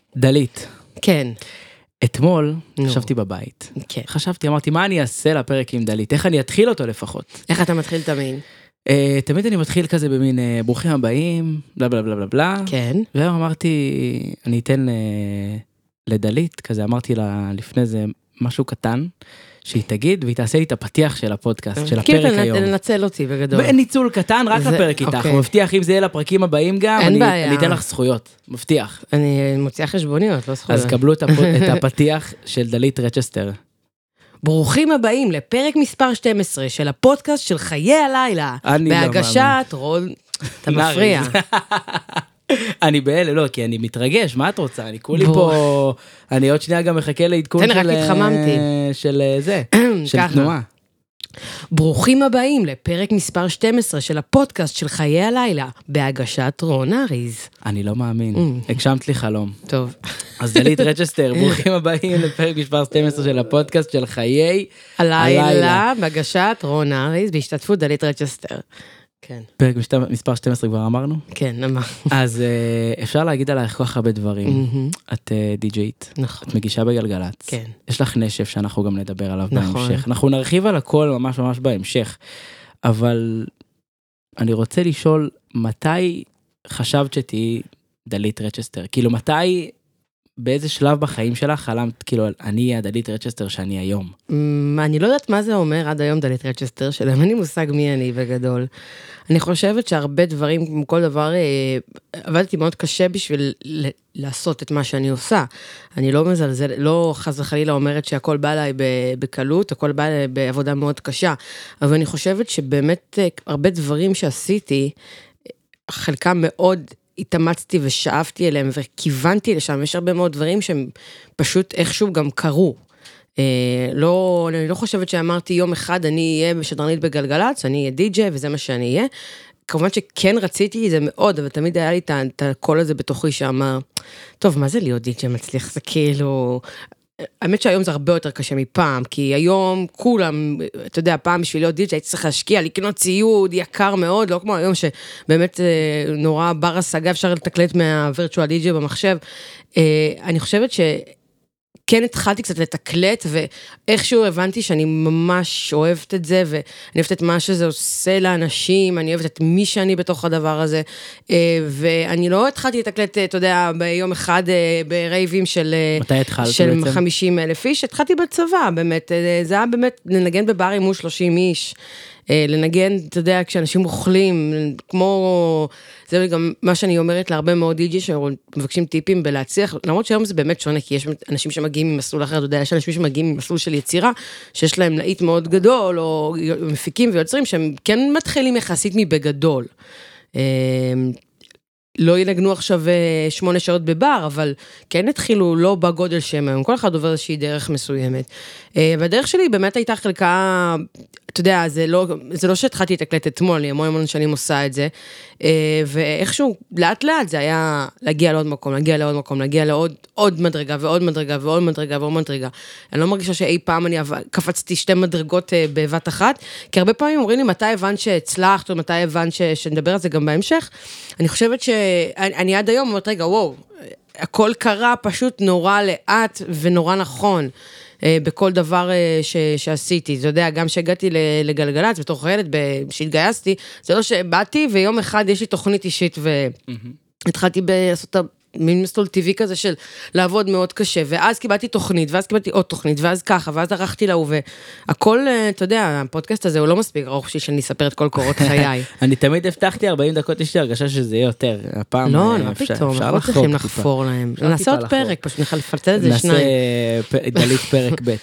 דלית, כן. אתמול חשבתי בבית. כן. חשבתי, אמרתי, מה אני אעשה לפרק עם דלית? איך אני אתחיל אותו לפחות? איך אתה מתחיל תמיד? תמיד אני מתחיל כזה במין ברוכים הבאים, בלה בלה בלה בלה בלה. כן. והיום אמרתי, אני אתן לדלית, כזה אמרתי לה לפני זה משהו קטן, שהיא תגיד, והיא תעשה לי את הפתיח של הפודקאסט, של הפרק היום. כאילו לנצל אותי בגדול. ניצול קטן, רק לפרק איתך. הוא מבטיח, אם זה יהיה לפרקים הבאים גם, אני אתן לך זכויות. מבטיח. אני מוציאה חשבוניות, לא זכויות. אז קבלו את הפתיח של דלית רצ'סטר. ברוכים הבאים לפרק מספר 12 של הפודקאסט של חיי הלילה. בהגשת רון... אתה מפריע. אני בהלם, לא, כי אני מתרגש, מה את רוצה? אני כולי פה, אני עוד שנייה גם מחכה לעדכון של זה, של תנועה. ברוכים הבאים לפרק מספר 12 של הפודקאסט של חיי הלילה, בהגשת רון אריז. אני לא מאמין, הגשמת לי חלום. טוב. אז דלית רצ'סטר, ברוכים הבאים לפרק מספר 12 של הפודקאסט של חיי הלילה, בהגשת רון אריז, בהשתתפות דלית רצ'סטר. כן. פרק מספר 12 כבר אמרנו? כן, אמר. אז אפשר להגיד עלייך כל כך הרבה דברים. את די-ג'יית. נכון. את מגישה בגלגלצ. כן. יש לך נשף שאנחנו גם נדבר עליו בהמשך. אנחנו נרחיב על הכל ממש ממש בהמשך. אבל אני רוצה לשאול, מתי חשבת שתהיי דלית רצ'סטר? כאילו, מתי, באיזה שלב בחיים שלך חלמת, כאילו, אני אהיה דלית רצ'סטר שאני היום? אני לא יודעת מה זה אומר עד היום דלית רצ'סטר שלהם, אני מושג מי אני בגדול. אני חושבת שהרבה דברים, כמו כל דבר, עבדתי מאוד קשה בשביל לעשות את מה שאני עושה. אני לא מזלזל, לא חס וחלילה אומרת שהכל בא אליי בקלות, הכל בא אליי בעבודה מאוד קשה, אבל אני חושבת שבאמת הרבה דברים שעשיתי, חלקם מאוד התאמצתי ושאפתי אליהם וכיוונתי לשם, יש הרבה מאוד דברים שהם פשוט איכשהו גם קרו. אני לא חושבת שאמרתי יום אחד אני אהיה שדרנית בגלגלץ, אני אהיה די-ג'יי וזה מה שאני אהיה. כמובן שכן רציתי זה מאוד, אבל תמיד היה לי את הקול הזה בתוכי שאמר, טוב, מה זה להיות די-ג'יי מצליח? זה כאילו... האמת שהיום זה הרבה יותר קשה מפעם, כי היום כולם, אתה יודע, פעם בשביל להיות די-ג'יי, הייתי צריך להשקיע, לקנות ציוד יקר מאוד, לא כמו היום שבאמת נורא בר השגה, אפשר לתקלט מהווירטואל די-ג'יי במחשב. אני חושבת כן התחלתי קצת לתקלט, ואיכשהו הבנתי שאני ממש אוהבת את זה, ואני אוהבת את מה שזה עושה לאנשים, אני אוהבת את מי שאני בתוך הדבר הזה, ואני לא התחלתי לתקלט, אתה יודע, ביום אחד ברייבים של 50,000 איש, התחלתי בצבא, באמת, זה היה באמת לנגן בבר עם 30 איש, לנגן, אתה יודע, כשאנשים אוכלים, כמו, זה גם מה שאני אומרת להרבה מאוד די-ג'י שמבקשים טיפים בלהצליח, למרות שהיום זה באמת שונה, כי יש אנשים שמגיעים ממסלול אחר, אתה יודע, יש אנשים שמגיעים ממסלול של יצירה, שיש להם להיט מאוד גדול, או מפיקים ויוצרים, שהם כן מתחילים יחסית מבגדול. לא ינגנו עכשיו 8 שעות בבר, אבל כן התחילו לא בגודל שהם היום, כל אחד עובר איזושהי דרך מסוימת. והדרך שלי באמת הייתה חלקה, אתה יודע, זה לא שהתחלתי לתקלט אתמול, אני המון שנים עושה את זה, ואיכשהו לאט לאט זה היה להגיע לעוד מקום, להגיע לעוד מדרגה ועוד מדרגה ועוד מדרגה ועוד מדרגה. אני לא מרגישה שאי פעם אני קפצתי 2 מדרגות בבת אחת, כי הרבה פעמים אומרים לי מתי הבנת שהצלחת, או מתי הבנת שנדבר על זה גם בהמשך. אני חושבת שאני עד היום אומרת, רגע, וואו, הכל קרה פשוט נורא לאט ונורא נכון. בכל דבר שעשיתי, אתה יודע, גם שהגעתי לגלגלץ, בתוך הילד שהתגייסתי, זה לא שבאתי, ויום אחד יש לי תוכנית אישית, והתחלתי לעשות מין מסלול טבעי כזה של לעבוד מאוד קשה, ואז קיבלתי תוכנית, ואז קיבלתי עוד תוכנית, ואז ככה, ואז ערכתי לה, והכל, אתה יודע, הפודקאסט הזה הוא לא מספיק ארוך בשביל שאני אספר את כל קורות חיי. אני תמיד הבטחתי 40 דקות, יש לי הרגשה שזה יהיה יותר. הפעם לא, לא פתאום, אנחנו צריכים לחפור להם. נעשה עוד פרק, פשוט נפלצל את זה 2. נעשה דלית פרק ב'.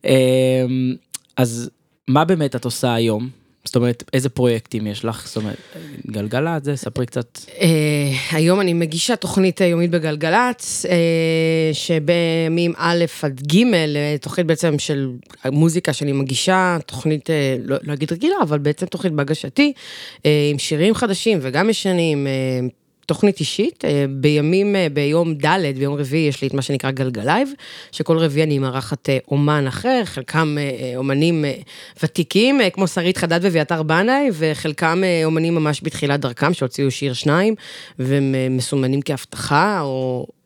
אז מה באמת את עושה היום? זאת אומרת, איזה פרויקטים יש לך? זאת אומרת, גלגלת, זה, ספרי קצת. היום אני מגישה תוכנית יומית בגלגלת, שבימים א' עד ג', תוכנית בעצם של מוזיקה שאני מגישה, תוכנית, לא אגיד רגילה, אבל בעצם תוכנית בהגשתי, עם שירים חדשים וגם ישנים, תוכנית אישית, ביום ד', ביום רביעי יש לי את מה שנקרא גלגלייב, שכל רביעי אני מארחת אומן אחר, חלקם אומנים ותיקים, כמו שרית חדד ואביתר בנאי, וחלקם אומנים ממש בתחילת דרכם, שהוציאו שיר 2, והם מסומנים כהבטחה,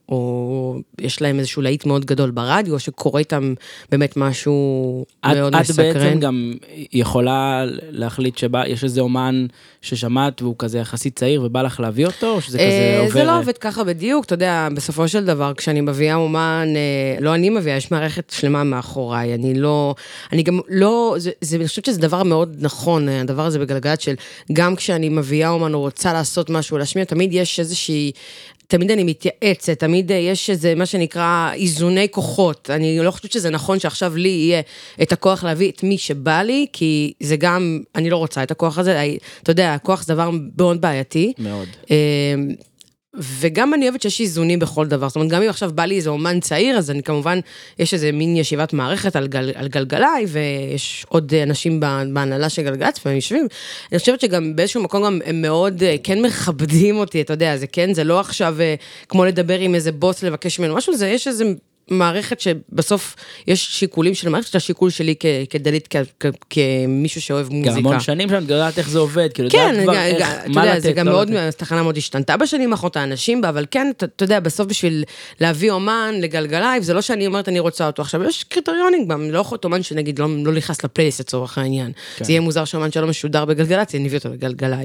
או יש להם איזשהו להיט מאוד גדול ברדיו, או שקורה איתם באמת משהו מאוד מסקרן. את בעצם גם יכולה להחליט יש איזה אומן ששמעת, והוא כזה יחסית צעיר, ובא לך להביא אותו, או שזה כזה עובר? זה לא עובד ככה בדיוק, אתה יודע, בסופו של דבר, כשאני מביאה אומן, לא אני מביאה, יש מערכת שלמה מאחוריי, אני גם לא, אני חושבת שזה דבר מאוד נכון, הדבר הזה בגלגלת של, גם כשאני מביאה אומן, או רוצה לעשות משהו, להשמיע, תמיד יש איזושהי, תמיד אני מתייעצת, תמיד יש איזה, מה שנקרא, איזוני כוחות. אני לא חושבת שזה נכון שעכשיו לי יהיה את הכוח להביא את מי שבא לי, כי זה גם, אני לא רוצה את הכוח הזה, אתה יודע, הכוח זה דבר מאוד בעייתי. מאוד. וגם אני אוהבת שיש איזונים בכל דבר, זאת אומרת, גם אם עכשיו בא לי איזה אומן צעיר, אז אני כמובן, יש איזה מין ישיבת מערכת על גלגלי, ויש עוד אנשים בהנהלה של גלגלצ, והם יושבים. אני חושבת שגם באיזשהו מקום גם הם מאוד כן מכבדים אותי, אתה יודע, זה לא עכשיו כמו לדבר עם איזה בוס לבקש ממנו משהו, יש איזה מערכת שבסוף יש שיקולים של מערכת, השיקול שלי כדלית, כמישהו שאוהב מוזיקה. גם המון שנים שאת יודעת איך זה עובד, כאילו, כן, אתה יודע, זה גם מאוד, תחנה מאוד השתנתה בשנים האחרונות האנשים בה, אבל כן, אתה יודע, בסוף בשביל להביא אומן לגלגלייב, זה לא שאני אומרת, אני רוצה אותו עכשיו, יש קריטריונים גם, לא יכול להיות אומן שנגיד, לא נכנס לפלייליסט לצורך העניין. זה יהיה מוזר שאומן שלא משודר בגלגלצ, אני אביא אותו לגלגלייב.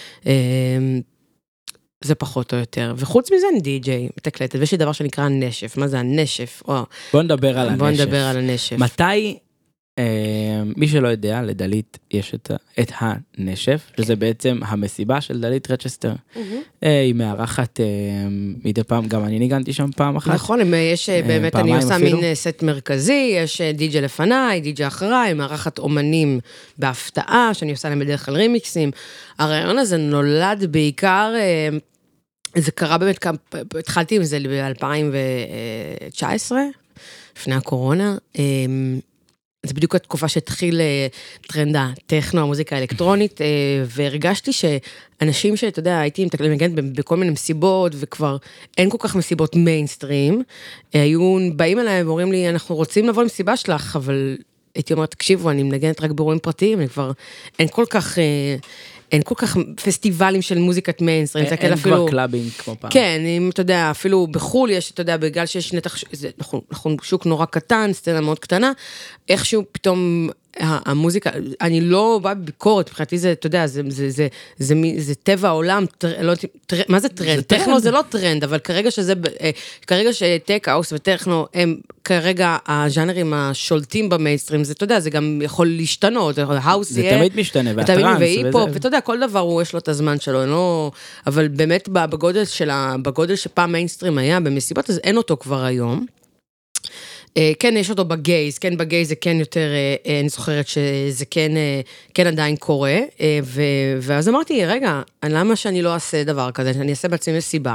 זה פחות או יותר, וחוץ מזה אני די-ג'יי, מתקלטת, ויש לי דבר שנקרא נשף, מה זה הנשף? בוא נדבר על הנשף. בוא נדבר על הנשף. מתי, מי שלא יודע, לדלית יש את הנשף, שזה בעצם המסיבה של דלית רצ'סטר, היא מארחת מדי פעם, גם אני ניגנתי שם פעם אחת. נכון, יש באמת, אני עושה מין סט מרכזי, יש די-ג'יי לפניי, די-ג'יי אחריי, מארחת אומנים בהפתעה, שאני עושה להם בדרך כלל רימיקסים. הרעיון הזה נולד בעיקר, זה קרה באמת, התחלתי עם זה ב-2019, לפני הקורונה, זה בדיוק התקופה שהתחיל טרנד הטכנו, המוזיקה האלקטרונית, והרגשתי שאנשים שאתה יודע, הייתי מתקלמת בכל מיני מסיבות, וכבר אין כל כך מסיבות מיינסטרים, היו באים אליי ואומרים לי, אנחנו רוצים לבוא למסיבה שלך, אבל הייתי אומרת, תקשיבו, אני מנגנת רק באירועים פרטיים, כבר אין כל כך פסטיבלים של מוזיקת מיינסטרים, אין כבר קלאבינג כמו פעם. כן, אם אתה יודע, אפילו בחול יש, אתה יודע, בגלל שיש נתח, אנחנו שוק נורא קטן, סצנה מאוד קטנה, איכשהו פתאום המוזיקה, אני לא באה בביקורת, מבחינתי זה, אתה יודע, זה טבע העולם, מה זה טרנד? טכנו זה לא טרנד, אבל כרגע שטק, האוס וטכנו, הם כרגע הז'אנרים השולטים במיינסטרים, זה, אתה יודע, זה גם יכול להשתנות, האוס זה תמיד משתנה, והטרנס, ואתה יודע, כל דבר יש לו את הזמן שלו, אבל באמת בגודל שפעם מיינסטרים היה במסיבות, אז אין אותו כבר היום. כן, יש אותו בגייז, כן, בגייז זה כן יותר, אני זוכרת שזה כן עדיין קורה, ואז אמרתי, רגע, למה שאני לא אעשה דבר כזה, שאני אעשה בעצמי מסיבה,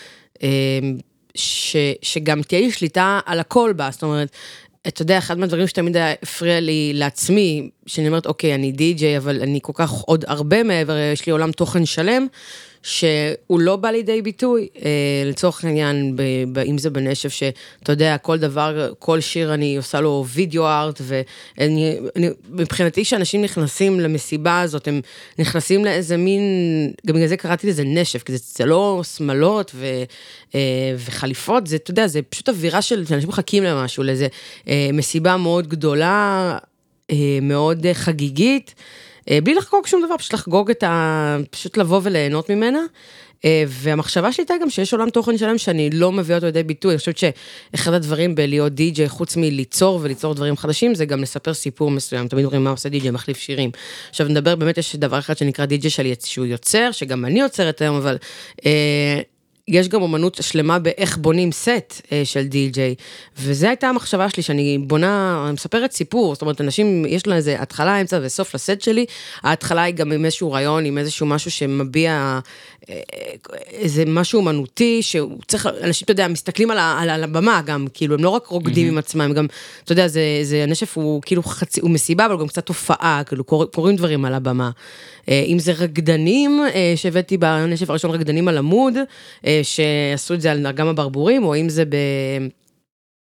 שגם תהיה לי שליטה על הכל בה, זאת אומרת, אתה יודע, אחד מהדברים שתמיד הפריע לי לעצמי, שאני אומרת, אוקיי, אני די-ג'יי, אבל אני כל כך עוד הרבה מעבר, יש לי עולם תוכן שלם, שהוא לא בא לידי ביטוי, לצורך העניין, אם זה בנשף, שאתה יודע, כל דבר, כל שיר אני עושה לו וידאו ארט, ומבחינתי שאנשים נכנסים למסיבה הזאת, הם נכנסים לאיזה מין, גם בגלל זה קראתי לזה נשף, כי זה לא שמלות וחליפות, זה, אתה יודע, זה פשוט אווירה שאנשים מחכים למשהו, לאיזה מסיבה מאוד גדולה, מאוד חגיגית, בלי לחגוג שום דבר, פשוט לחגוג פשוט לבוא וליהנות ממנה, והמחשבה שלי הייתה גם שיש עולם תוכן שלם שאני לא מביאה אותו לידי ביטוי, אני חושבת שאחד הדברים בלהיות די-ג'יי, חוץ מליצור וליצור דברים חדשים, זה גם לספר סיפור מסוים, תמיד אומרים מה עושה די-ג'יי, מחליף שירים. עכשיו נדבר, באמת יש דבר אחד שנקרא די-ג'יי שהוא יוצר, שגם אני יוצרת היום, אבל יש גם אומנות שלמה באיך בונים סט של די-ג'יי, וזה הייתה המחשבה שלי, שאני בונה, מספרת סיפור, זאת אומרת, אנשים, יש לה איזה התחלה, אמצע וסוף לסט שלי, ההתחלה היא גם עם איזשהו רעיון, עם איזשהו משהו שמביע איזה משהו אומנותי, שהוא צריך, אנשים, אתה יודע, מסתכלים על הבמה גם, כאילו, הם לא רק רוקדים עם עצמם, גם, אתה יודע, זה הנשף, הוא כאילו חצי, הוא מסיבה, אבל גם קצת תופעה, כאילו, קוראים דברים על הבמה. אם זה רקדנים, שהבאתי בנשף הראשון רקדנים על עמוד, שעשו את זה על נרגם הברבורים, או אם זה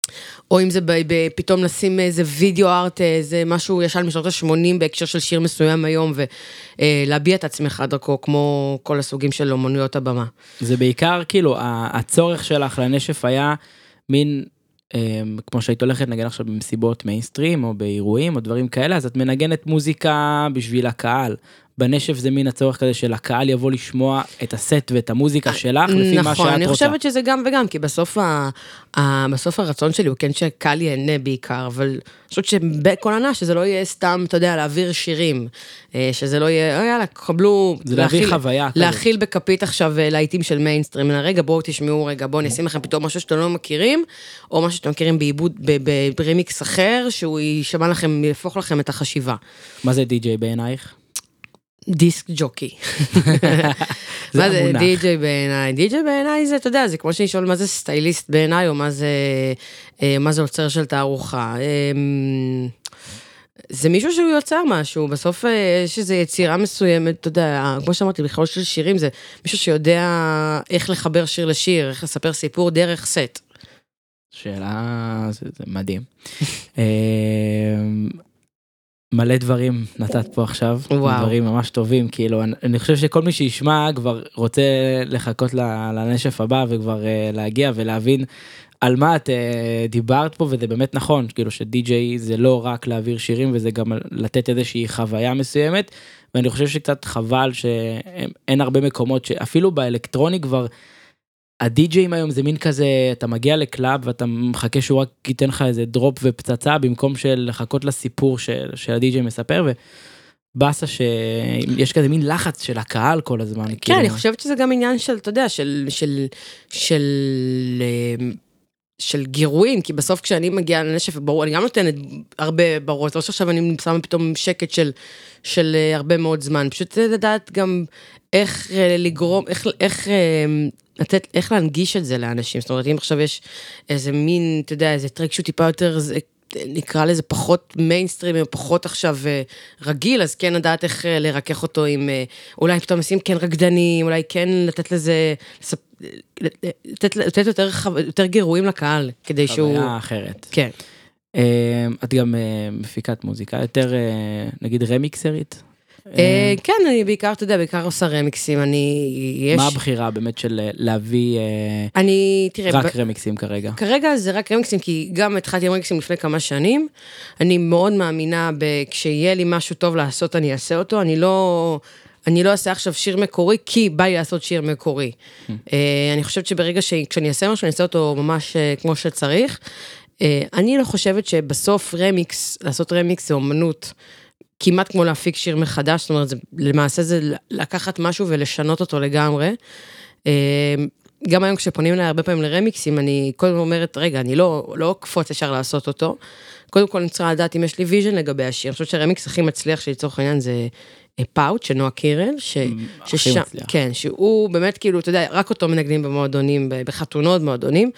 או אם זה פתאום לשים איזה וידאו ארט, איזה משהו ישן משנות ה-80 בהקשר של שיר מסוים היום, ולהביע את עצמך דרכו, כמו כל הסוגים של אומנויות הבמה. זה בעיקר, כאילו, הצורך שלך לנשף היה מין, כמו שהיית הולכת נגן עכשיו במסיבות מיינסטרים, או באירועים, או דברים כאלה, אז את מנגנת מוזיקה בשביל הקהל. בנשף זה מין הצורך כזה של הקהל יבוא לשמוע את הסט ואת המוזיקה שלך, לפי מה שאת רוצה. נכון, אני חושבת שזה גם וגם, כי בסוף הרצון שלי הוא כן שקהל ייהנה בעיקר, אבל אני חושבת שבכל עונה שזה לא יהיה סתם, אתה יודע, להעביר שירים, שזה לא יהיה, יאללה, קבלו, זה להביא חוויה. להכיל בכפית עכשיו להיטים של מיינסטרים, רגע, בואו תשמעו רגע, בואו נשים לכם פתאום משהו שאתם לא מכירים, או משהו שאתם מכירים בעיבוד, ברמיקס אחר, שהוא יישמע לכם, יהפוך לכם את החשיבה. מה זה די-ג'יי בעינייך? דיסק ג'וקי. מה זה די-ג'יי בעיניי? די-ג'יי בעיניי זה, אתה יודע, זה כמו שאני שואל מה זה סטייליסט בעיניי, או מה זה עוצר של תערוכה. זה מישהו שהוא יוצר משהו, בסוף יש איזו יצירה מסוימת, אתה יודע, כמו שאמרתי, בכלל של שירים, זה מישהו שיודע איך לחבר שיר לשיר, איך לספר סיפור דרך סט. שאלה, זה מדהים. מלא דברים נתת פה עכשיו, דברים ממש טובים, כאילו, אני חושב שכל מי שישמע כבר רוצה לחכות לנשף הבא, וכבר להגיע ולהבין על מה את דיברת פה, וזה באמת נכון, כאילו שדי-ג'יי זה לא רק להעביר שירים, וזה גם לתת איזושהי חוויה מסוימת, ואני חושב שקצת חבל שאין הרבה מקומות, שאפילו באלקטרוני כבר, הדי-ג'יים היום זה מין כזה, אתה מגיע לקלאב ואתה מחכה שהוא רק ייתן לך איזה דרופ ופצצה, במקום של לחכות לסיפור של הדי-ג'יי מספר, ובאסה שיש כזה מין לחץ של הקהל כל הזמן. כן, אני חושבת שזה גם עניין של, אתה יודע, של גירויים, כי בסוף כשאני מגיעה לנשף, ברור, אני גם נותנת הרבה ברות, לא שעכשיו אני שמה פתאום שקט של הרבה מאוד זמן, פשוט לדעת גם איך לגרום, איך להנגיש את זה לאנשים, זאת אומרת, אם עכשיו יש איזה מין, אתה יודע, איזה טרק שהוא טיפה יותר, נקרא לזה פחות מיינסטרים, פחות עכשיו רגיל, אז כן לדעת איך לרכך אותו עם, אולי פתאום עושים כן רקדנים, אולי כן לתת לזה, לתת יותר גירויים לקהל, כדי שהוא... חוויה אחרת. כן. את גם מפיקת מוזיקה, יותר נגיד רמיקסרית? כן, אני בעיקר, אתה יודע, בעיקר עושה רמיקסים, מה הבחירה באמת של להביא רק רמיקסים כרגע? כרגע זה רק רמיקסים, כי גם התחלתי עם רמיקסים לפני כמה שנים, אני מאוד מאמינה, כשיהיה לי משהו טוב לעשות, אני אעשה אותו, אני לא אעשה עכשיו שיר מקורי, כי בא לי לעשות שיר מקורי. אני חושבת שברגע כשאני אעשה משהו, אני אעשה אותו ממש כמו שצריך. אני לא חושבת שבסוף לעשות רמיקס זה אומנות, כמעט כמו להפיק שיר מחדש, זאת אומרת, למעשה זה לקחת משהו ולשנות אותו לגמרי. גם היום כשפונים אליי הרבה פעמים לרמיקסים, אני קודם אומרת, רגע, אני לא קפוץ ישר לעשות אותו. קודם כל אני צריכה לדעת אם יש לי ויז'ן לגבי השיר. אני חושבת שהרמיקס הכי מצליח שלצורך העניין זה פאוט של נועה קירל, כן, שהוא באמת כאילו, אתה יודע, רק אותו מנגנים במועדונים, בחתונות מועדונים.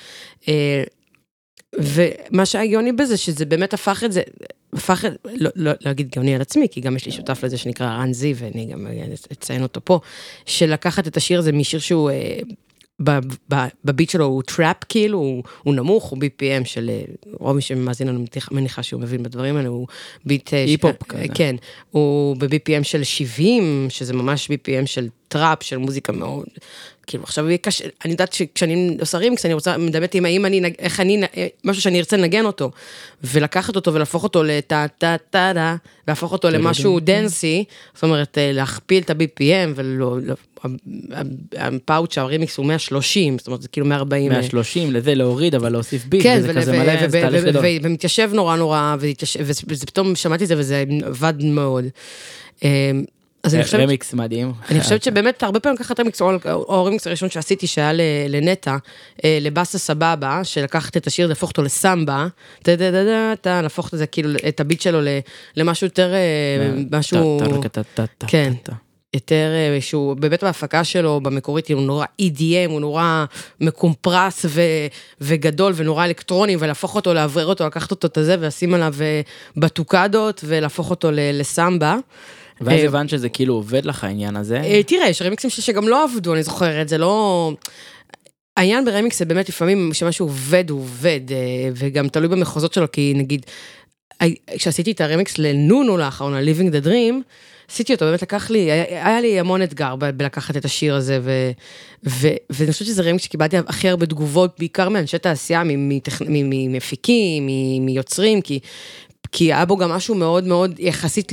ומה שהגיוני בזה, שזה באמת הפך את זה, לא להגיד גאוני על עצמי, כי גם יש לי שותף לזה שנקרא רן זי, ואני גם אציין אותו פה, שלקחת את השיר הזה משיר שהוא, בביט שלו הוא טראפ כאילו, הוא נמוך, הוא BPM של, רוב מי שמאזין לנו מניחה שהוא מבין בדברים האלה, הוא ביט, היפ-הופ כזה. כן, הוא ב-BPM של 70, שזה ממש BPM של טראפ, של מוזיקה מאוד, כאילו עכשיו אני יודעת שכשאני עושה רמיקס, אני רוצה, מדברת עם האם איך אני, משהו שאני ארצה לנגן אותו, ולקחת אותו ולהפוך אותו לטה-טה-טה-טה, להפוך אותו למשהו דנסי, זאת אומרת, להכפיל את ה-BPM, והפאוט שהרמיקס הוא 130, זאת אומרת, זה כאילו 140. 130, לזה להוריד, אבל להוסיף ביט, וזה כזה מלא, זה תהליך גדול. ומתיישב נורא נורא, וזה פתאום שמעתי את זה, וזה עבד מאוד. רמיקס מדהים. אני חושבת שבאמת הרבה פעמים לקחת רמיקס, או הרמיקס הראשון שעשיתי שהיה לנטה, לבאסה סבבה, שלקחת את השיר, להפוך אותו לסמבה, להפוך את זה כאילו, את הביט שלו למשהו יותר, משהו, כן, יותר, שהוא באמת בהפקה שלו, במקורית, הוא נורא EDM, הוא נורא מקומפרס וגדול, ונורא אלקטרוני, ולהפוך אותו, לעברר אותו, לקחת אותו את זה, ולשים עליו בטוקדות, ולהפוך אותו לסמבה. ואז הבנת שזה כאילו עובד לך העניין הזה? תראה, יש רמיקסים שגם לא עבדו, אני זוכרת, זה לא... העניין ברמיקס זה באמת לפעמים שמשהו עובד, הוא עובד, וגם תלוי במחוזות שלו, כי נגיד, כשעשיתי את הרמיקס לנונו לאחרונה, Living the Dream, עשיתי אותו, באמת לקח לי, היה לי המון אתגר בלקחת את השיר הזה, ואני חושבת שזה רמיקס שקיבלתי הכי הרבה תגובות, בעיקר מאנשי תעשייה, ממפיקים, מיוצרים, כי היה בו גם משהו מאוד מאוד יחסית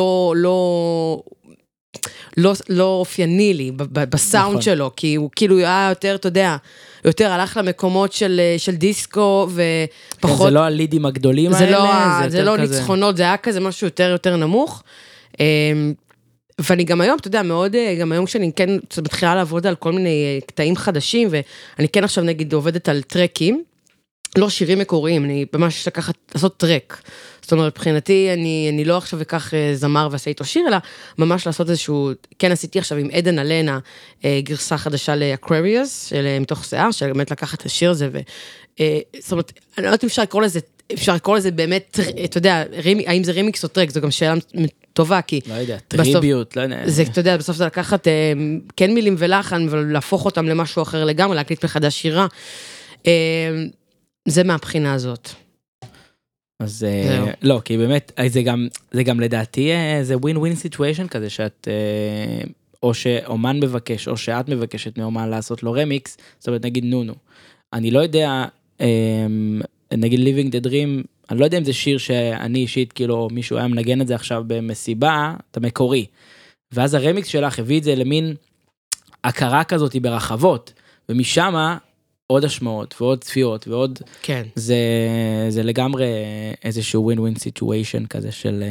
לא אופייני לי בסאונד שלו, כי הוא כאילו היה יותר, אתה יודע, יותר הלך למקומות של דיסקו, ופחות... זה לא הלידים הגדולים האלה? זה לא ניצחונות, זה היה כזה משהו יותר נמוך. ואני גם היום, אתה יודע, מאוד, גם היום כשאני כן מתחילה לעבוד על כל מיני קטעים חדשים, ואני כן עכשיו נגיד עובדת על טרקים, לא שירים מקוריים, אני ממש לעשות טרק. זאת אומרת, מבחינתי, אני לא עכשיו אקח זמר ועשה איתו שיר, אלא ממש לעשות איזשהו, כן עשיתי עכשיו עם עדן אלנה, גרסה חדשה לאקווריוס, של מתוך שיער, שבאמת לקחת את השיר הזה, זאת אומרת, אני לא יודעת אם אפשר לקרוא לזה באמת, אתה יודע, האם זה רימיקס או טרק, זו גם שאלה טובה, כי... לא יודע, טריביוט, לא יודע. זה, אתה יודע, בסוף זה לקחת, כן מילים ולחן, ולהפוך אותם למשהו אחר לגמרי, להקליט מחדש שירה. זה מהבחינה הזאת. אז לא, כי באמת, זה גם לדעתי, זה ווין-ווין סיטואשן כזה, שאת, או שאומן מבקש, או שאת מבקשת מאומן לעשות לו רמיקס, זאת אומרת, נגיד נונו. אני לא יודע, נגיד Living the Dream, אני לא יודע אם זה שיר שאני אישית, כאילו, מישהו היה מנגן את זה עכשיו במסיבה, את המקורי. ואז הרמיקס שלך הביא את זה למין הכרה כזאת ברחבות, ומשם עוד השמעות ועוד צפיות ועוד... כן. זה לגמרי איזשהו win-win situation כזה של...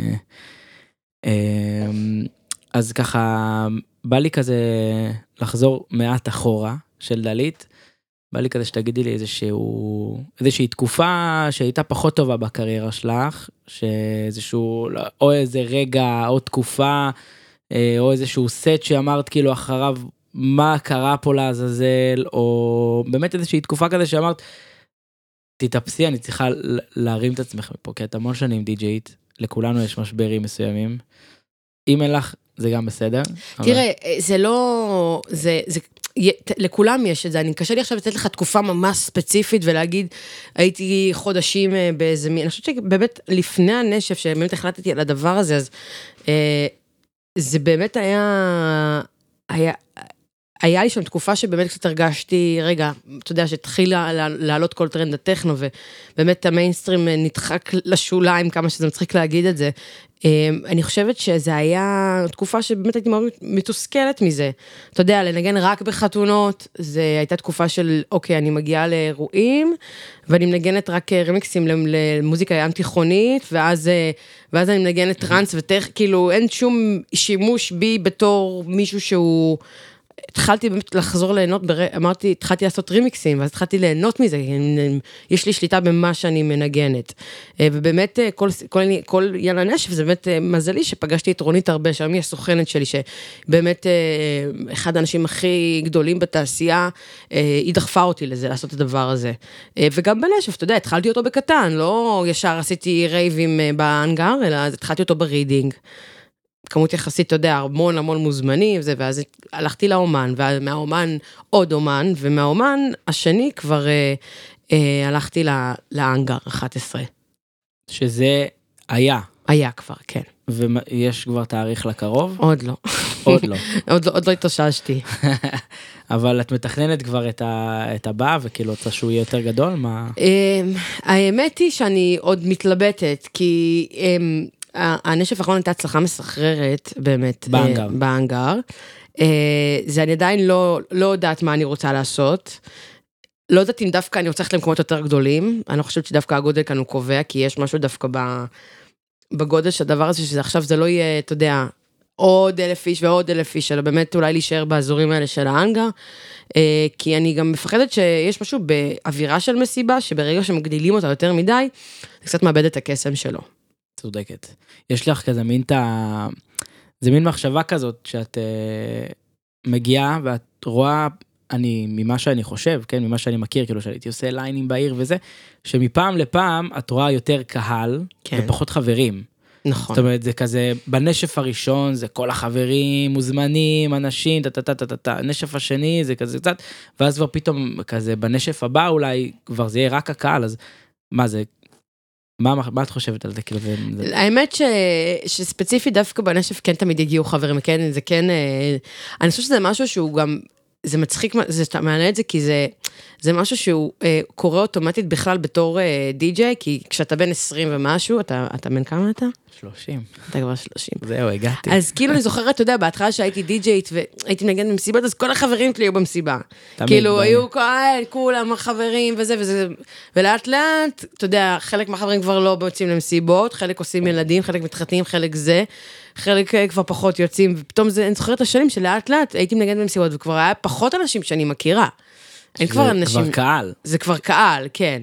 אז ככה, בא לי כזה לחזור מעט אחורה של דלית, בא לי כזה שתגידי לי איזושהי תקופה שהייתה פחות טובה בקריירה שלך, שאיזשהו, או איזה רגע, או תקופה, או איזשהו סט שאמרת כאילו אחריו, מה קרה פה לעזאזל, או באמת איזושהי תקופה כזה שאמרת, תתאפסי, אני צריכה להרים את עצמך מפה, כי את המון שנים די-ג'יית, לכולנו יש משברים מסוימים, אם אין לך, זה גם בסדר. תראה, זה לא, לכולם יש את זה, אני קשה לי עכשיו לתת לך תקופה ממש ספציפית, ולהגיד, הייתי חודשים באיזה מי, אני חושבת שבאמת לפני הנשף, שבאמת החלטתי על הדבר הזה, אז זה באמת היה לי שם תקופה שבאמת קצת הרגשתי, רגע, אתה יודע, שהתחילה לעלות כל טרנד הטכנו, ובאמת המיינסטרים נדחק לשוליים, כמה שזה מצחיק להגיד את זה. אני חושבת שזה היה תקופה שבאמת הייתי מאוד מתוסכלת מזה. אתה יודע, לנגן רק בחתונות, זה הייתה תקופה של, אוקיי, אני מגיעה לאירועים, ואני מנגנת רק רמיקסים למוזיקה ים תיכונית, ואז אני מנגנת טרנס כאילו אין שום שימוש בי בתור מישהו שהוא... התחלתי באמת לחזור ליהנות, אמרתי, התחלתי לעשות רימיקסים, ואז התחלתי ליהנות מזה, יש לי שליטה במה שאני מנגנת, ובאמת כל יאללה נשף, זה באמת מזלי שפגשתי את רונית הרבה, שם היא הסוכנת שלי, שבאמת אחד האנשים הכי גדולים בתעשייה, היא דחפה אותי לזה, לעשות את הדבר הזה, וגם בנשף, אתה יודע, התחלתי אותו בקטן, לא ישר עשיתי רייבים באנגר, אלא התחלתי אותו ברידינג, כמות יחסית, אתה יודע, המון מוזמנים, ואז הלכתי לאומן, ומהאומן עוד אומן, ומהאומן השני כבר הלכתי לאנגר 11. שזה היה. היה כבר, כן. ויש כבר תאריך לקרוב? עוד לא. עוד לא. עוד לא התאוששתי. אבל את מתכננת כבר את הבא, וכאילו רוצה שהוא יהיה יותר גדול? מה? האמת היא שאני עוד מתלבטת, כי... הנשף האחרון הייתה הצלחה מסחררת, באמת, באנגר. זה אני עדיין לא יודעת מה אני רוצה לעשות. לא יודעת אם דווקא אני רוצה ללכת למקומות יותר גדולים. אני לא חושבת שדווקא הגודל כאן הוא קובע, כי יש משהו דווקא בגודל של הדבר הזה, שעכשיו זה לא יהיה, אתה יודע, עוד 1,000 איש ועוד 1,000 איש, אלא באמת אולי להישאר באזורים האלה של האנגר, כי אני גם מפחדת שיש משהו באווירה של מסיבה, שברגע שמגדילים אותה יותר מדי, זה קצת מאבד את הקסם שלו. צודקת. יש לך כזה מין זה מין מחשבה כזאת, שאת מגיעה ואת רואה, ממה שאני חושב, כן, ממה שאני מכיר, כאילו שהייתי עושה ליינים בעיר וזה, שמפעם לפעם את רואה יותר קהל, כן. ופחות חברים. נכון. זאת אומרת, זה כזה, בנשף הראשון, זה כל החברים, מוזמנים, אנשים, הנשף השני, זה כזה קצת, ואז כבר פתאום כזה, בנשף הבא אולי, כבר זה יהיה רק הקהל, אז מה זה, מה את חושבת על זה? האמת שספציפית דווקא בנשף כן תמיד הגיעו חברים, כן, זה כן, אני חושבת שזה משהו שהוא גם, זה מצחיק, זה מעניין את זה, כי זה משהו שהוא קורה אוטומטית בכלל בתור די-ג'יי, כי כשאתה בן 20 ומשהו, אתה בן כמה אתה? 30. אתה כבר 30. זהו, הגעתי. אז כאילו אני זוכרת, אתה יודע, בהתחלה שהייתי די-ג'יית והייתי מנגנת במסיבות, אז כל החברים שלי היו במסיבה. כאילו, היו כולם החברים וזה, ולאט לאט, אתה יודע, חלק מהחברים כבר לא יוצאים למסיבות, חלק עושים ילדים, חלק מתחתנים, חלק זה, חלק כבר פחות יוצאים, ופתאום אני זוכרת השנים שלאט לאט הייתי מנגנת במסיבות, וכבר היה פחות אנשים שאני מכירה. זה כבר קהל. זה כבר קהל, כן.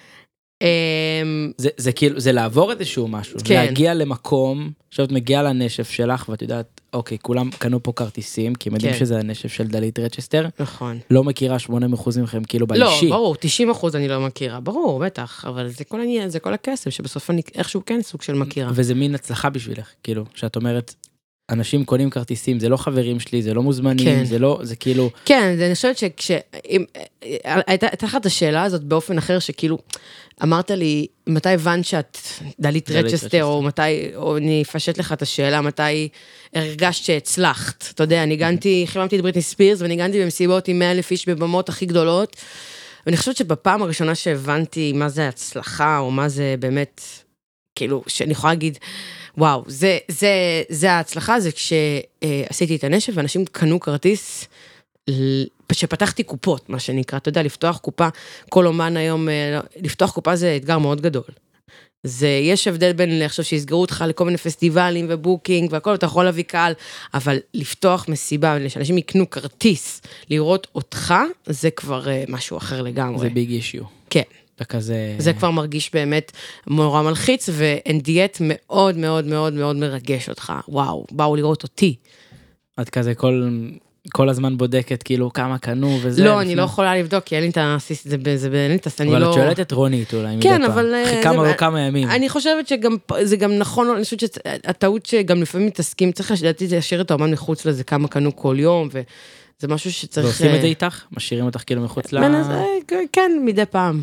זה כאילו, זה לעבור איזשהו משהו, להגיע למקום, עכשיו את מגיעה לנשף שלך, ואת יודעת, אוקיי, כולם קנו פה כרטיסים, כי הם יודעים שזה הנשף של דלית רצ'סטר. נכון. לא מכירה 80% מכם כאילו באישי. לא, ברור, 90% אני לא מכירה, ברור, בטח, אבל זה כל העניין, זה כל הכסף, שבסוף אני איכשהו כן סוג של מכירה. וזה מין הצלחה בשבילך, כאילו, שאת אומרת, אנשים קונים כרטיסים, זה לא חברים שלי, זה לא מוזמנים, זה לא, זה כאילו... כן, אני חושבת הייתה לך את השאלה הזאת באופן אחר, שכאילו, אמרת לי, מתי הבנת שאת דלית רצ'סטר, או אני אפשט לך את השאלה, מתי הרגשת שהצלחת. אתה יודע, חיממתי את בריטני ספירס, וניגנתי במסיבות עם 100,000 איש בבמות הכי גדולות, ואני חושבת שבפעם הראשונה שהבנתי מה זה הצלחה, או מה זה באמת, כאילו, שאני יכולה להגיד, וואו, זה ההצלחה, זה כשעשיתי את הנשף, ואנשים קנו כרטיס, שפתחתי קופות, מה שנקרא, אתה יודע, לפתוח קופה, כל אומן היום, לפתוח קופה זה אתגר מאוד גדול. יש הבדל בין, עכשיו שיסגרו אותך לכל מיני פסטיבלים ובוקינג, והכל, אתה יכול להביא קהל, אבל לפתוח מסיבה, שאנשים יקנו כרטיס, לראות אותך, זה כבר משהו אחר לגמרי. זה ביג אישיו. כן. וכזה... זה כבר מרגיש באמת נורא מלחיץ, ואנדיאט מאוד מאוד מאוד מאוד מרגש אותך. וואו, באו לראות אותי. את כזה כל הזמן בודקת, כאילו, כמה קנו וזה. לא, אני לא יכולה לבדוק, כי אין לי את הסיס, זה באליטס, אני לא... אבל את שואלת את רונית אולי, כן, אבל... כמה ימים. אני חושבת שזה גם נכון, אני חושבת שהטעות שגם לפעמים מתעסקים, צריך לדעתי להשאיר את האומן מחוץ לזה, כמה קנו כל יום, וזה משהו שצריך... ועושים את זה איתך? משאירים אותך כאילו מחוץ ל... כן, מדי פעם.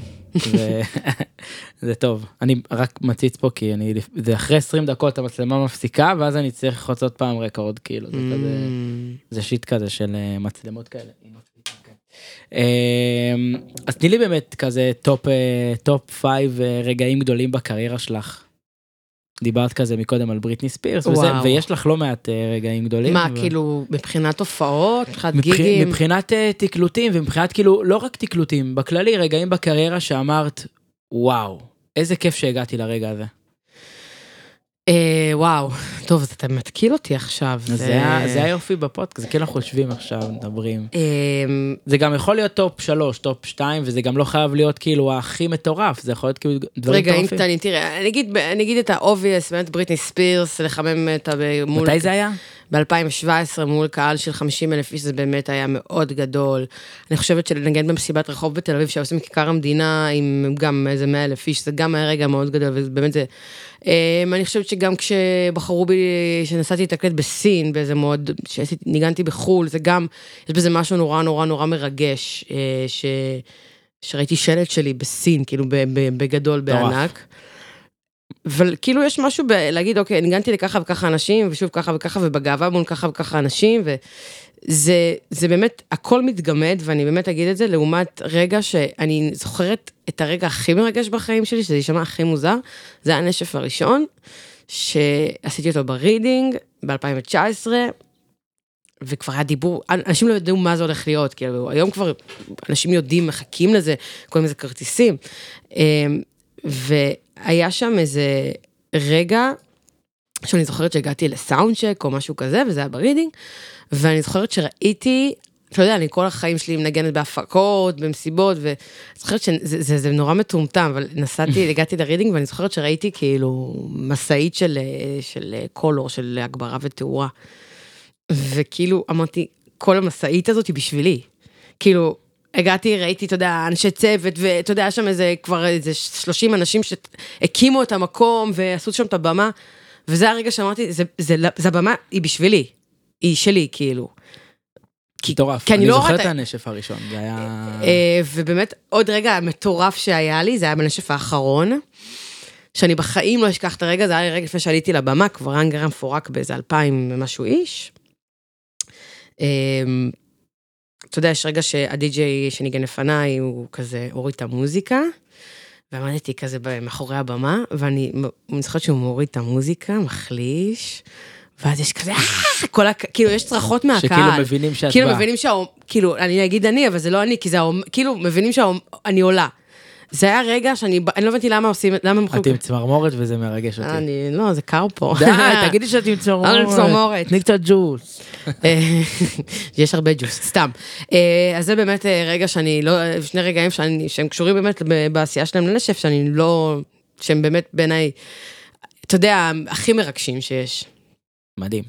זה טוב, אני רק מציץ פה כי זה אחרי 20 דקות המצלמה מפסיקה ואז אני צריך לחוץ עוד פעם רקורד כאילו, זה שיט כזה של מצלמות כאלה. אז תני לי באמת כזה טופ 5 רגעים גדולים בקריירה שלך. דיברת כזה מקודם על בריטני ספירס, ויש לך לא מעט רגעים גדולים. מה, כאילו, מבחינת הופעות, מבחינת גיגים? מבחינת תקלוטים, ומבחינת כאילו, לא רק תקלוטים, בכללי רגעים בקריירה שאמרת, וואו, איזה כיף שהגעתי לרגע הזה. וואו, טוב, אתה מתקיל אותי עכשיו. זה היופי בפודקאסט, זה כאילו אנחנו חושבים עכשיו, מדברים. זה גם יכול להיות טופ 3, טופ 2, וזה גם לא חייב להיות כאילו הכי מטורף, זה יכול להיות כאילו דברים רגע, אם קטנים, תראה, אני אגיד את ה-obvious, באמת בריטני ספירס, לחמם את מול... מתי זה היה? ב-2017 מול קהל של 50,000 איש, זה באמת היה מאוד גדול. אני חושבת שלנגן במסיבת רחוב בתל אביב, שעושים מכיכר המדינה, עם גם איזה 100,000 איש, זה גם היה רגע מאוד גדול, ובאמת זה... אני חושבת שגם כשבחרו בי, שנסעתי לתקלט בסין, באיזה מועד, שניגנתי בחול, זה גם, יש בזה משהו נורא נורא נורא מרגש, שראיתי שלט שלי בסין, כאילו בגדול, בענק. אבל כאילו יש משהו להגיד, אוקיי, ניגנתי לככה וככה אנשים, ושוב ככה וככה, ובגאווה מול ככה וככה אנשים, וזה באמת, הכל מתגמד, ואני באמת אגיד את זה, לעומת רגע שאני זוכרת את הרגע הכי מרגש בחיים שלי, שזה יישמע הכי מוזר, זה הנשף הראשון, שעשיתי אותו ברידינג, ב-2019, וכבר היה דיבור, אנשים לא ידעו מה זה הולך להיות, כאילו, היום כבר אנשים יודעים, מחכים לזה, קוראים לזה כרטיסים, והיה שם איזה רגע, שאני זוכרת שהגעתי לסאונדשק או משהו כזה, וזה היה ברידינג, ואני זוכרת שראיתי, אתה יודע, אני כל החיים שלי מנגנת בהפקות, במסיבות, ואני זוכרת שזה נורא מטומטם, אבל הגעתי לרידינג, ואני זוכרת שראיתי כאילו מסעית של קולור, של הגברה ותאורה, וכאילו אמרתי, כל המסעית הזאת היא בשבילי, כאילו, הגעתי, ראיתי, אתה יודע, אנשי צוות, ואתה יודע, שם כבר איזה 30 אנשים שהקימו את המקום, ועשו שם את הבמה, וזה הרגע שאמרתי, זה הבמה, היא בשבילי, היא שלי, כאילו. מטורף, אני זוכר את הנשף הראשון, זה היה... ובאמת, עוד רגע מטורף שהיה לי, זה היה בנשף האחרון, שאני בחיים לא אשכח את הרגע, זה היה לי רגע לפני שעליתי לבמה, כבר האנגר מפורק באיזה 2,000 ומשהו איש. אתה יודע, יש רגע שהדי-ג'יי שניגן לפניי, הוא כזה הוריד את המוזיקה, ועמדתי כזה מאחורי הבמה, ואני זוכרת שהוא מוריד את המוזיקה, מחליש, ואז יש כזה, כאילו יש צרחות מהקהל. שכאילו מבינים שאת באה. כאילו מבינים כאילו, אני אגיד אני, אבל זה לא אני, כי זה, כאילו מבינים שאני עולה. זה היה רגע שאני לא הבנתי למה עושים, למה הם את עם צמרמורת וזה מרגש אותי. לא, זה קר פה. די, תגידי שאת עם צמרמורת. תני קצת ג'וס. יש הרבה ג'וס, סתם. אז זה באמת רגע שאני לא, שני רגעים שהם קשורים באמת בעשייה שלהם לנשף, שהם באמת בעיניי, אתה יודע, הכי מרגשים שיש. מדהים.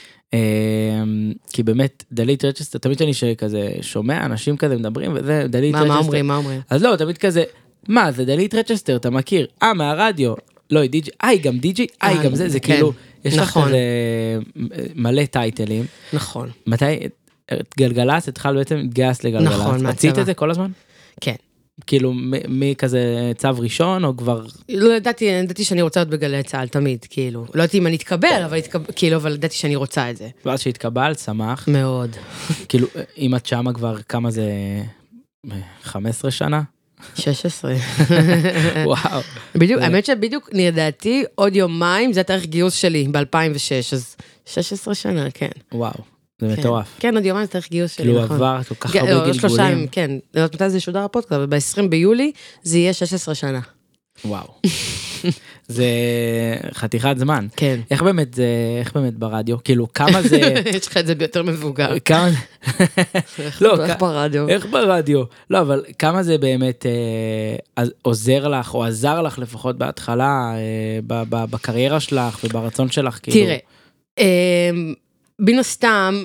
כי באמת, דלית רצ'סטר, תמיד שאני שכזה שומע, אנשים כזה מדברים, וזה דלית רצ'סטר. מה אומרים? אז לא, תמיד כזה, מה, זה דלית רצ'סטר, אתה מכיר? מהרדיו. לא, היא די-ג'י, היא גם די-ג'י, היא גם זה כאילו, יש לך כזה מלא טייטלים. נכון. מתי, גלגלס, התחל בעצם להתגייס לגלגלס. נכון, רצית את זה כל הזמן? כן. כאילו, מי כזה צו ראשון, או כבר... לא, ידעתי שאני רוצה להיות בגלי צהל, תמיד, כאילו. לא יודעתי אם אני אתקבל, אבל ידעתי שאני רוצה את זה. ואז שהתקבל, שמח. מאוד. כאילו, אם את שמה כבר, כמה זה... 15 שנה? 16. וואו. בדיוק, האמת שבדיוק, לדעתי, עוד יומיים, זה התאריך גיוס שלי, ב-2006, אז 16 שנה, כן. וואו. זה מטורף. כן, עוד יומיים זה תאריך גיוס שלי, נכון. כאילו עבר כל כך הרבה גלגולים. כן, לדעת מתי זה שודר הפודקאסט, אבל ב-20 ביולי זה יהיה 16 שנה. וואו. זה חתיכת זמן. כן. איך באמת ברדיו? כאילו, כמה זה... יש לך את זה ביותר מבוגר. כמה... איך ברדיו? איך ברדיו? לא, אבל כמה זה באמת עוזר לך, או עזר לך לפחות בהתחלה, בקריירה שלך וברצון שלך, כאילו... תראה, בין הסתם,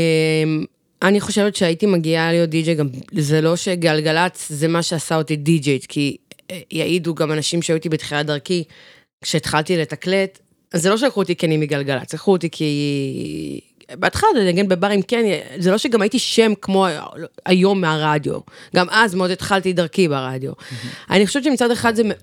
אני חושבת שהייתי מגיעה להיות די-ג'יי, גם זה לא שגלגלץ זה מה שעשה אותי די-ג'יי, כי יעידו גם אנשים שהיו איתי בתחילת דרכי, כשהתחלתי לתקלט, אז זה לא שלקחו אותי כי אני מגלגלץ, לקחו אותי כי... בהתחלה, לנגן בברים, כן, זה לא שגם הייתי שם כמו היום מהרדיו, גם אז מאוד התחלתי דרכי ברדיו. אני חושבת שמצד אחד זה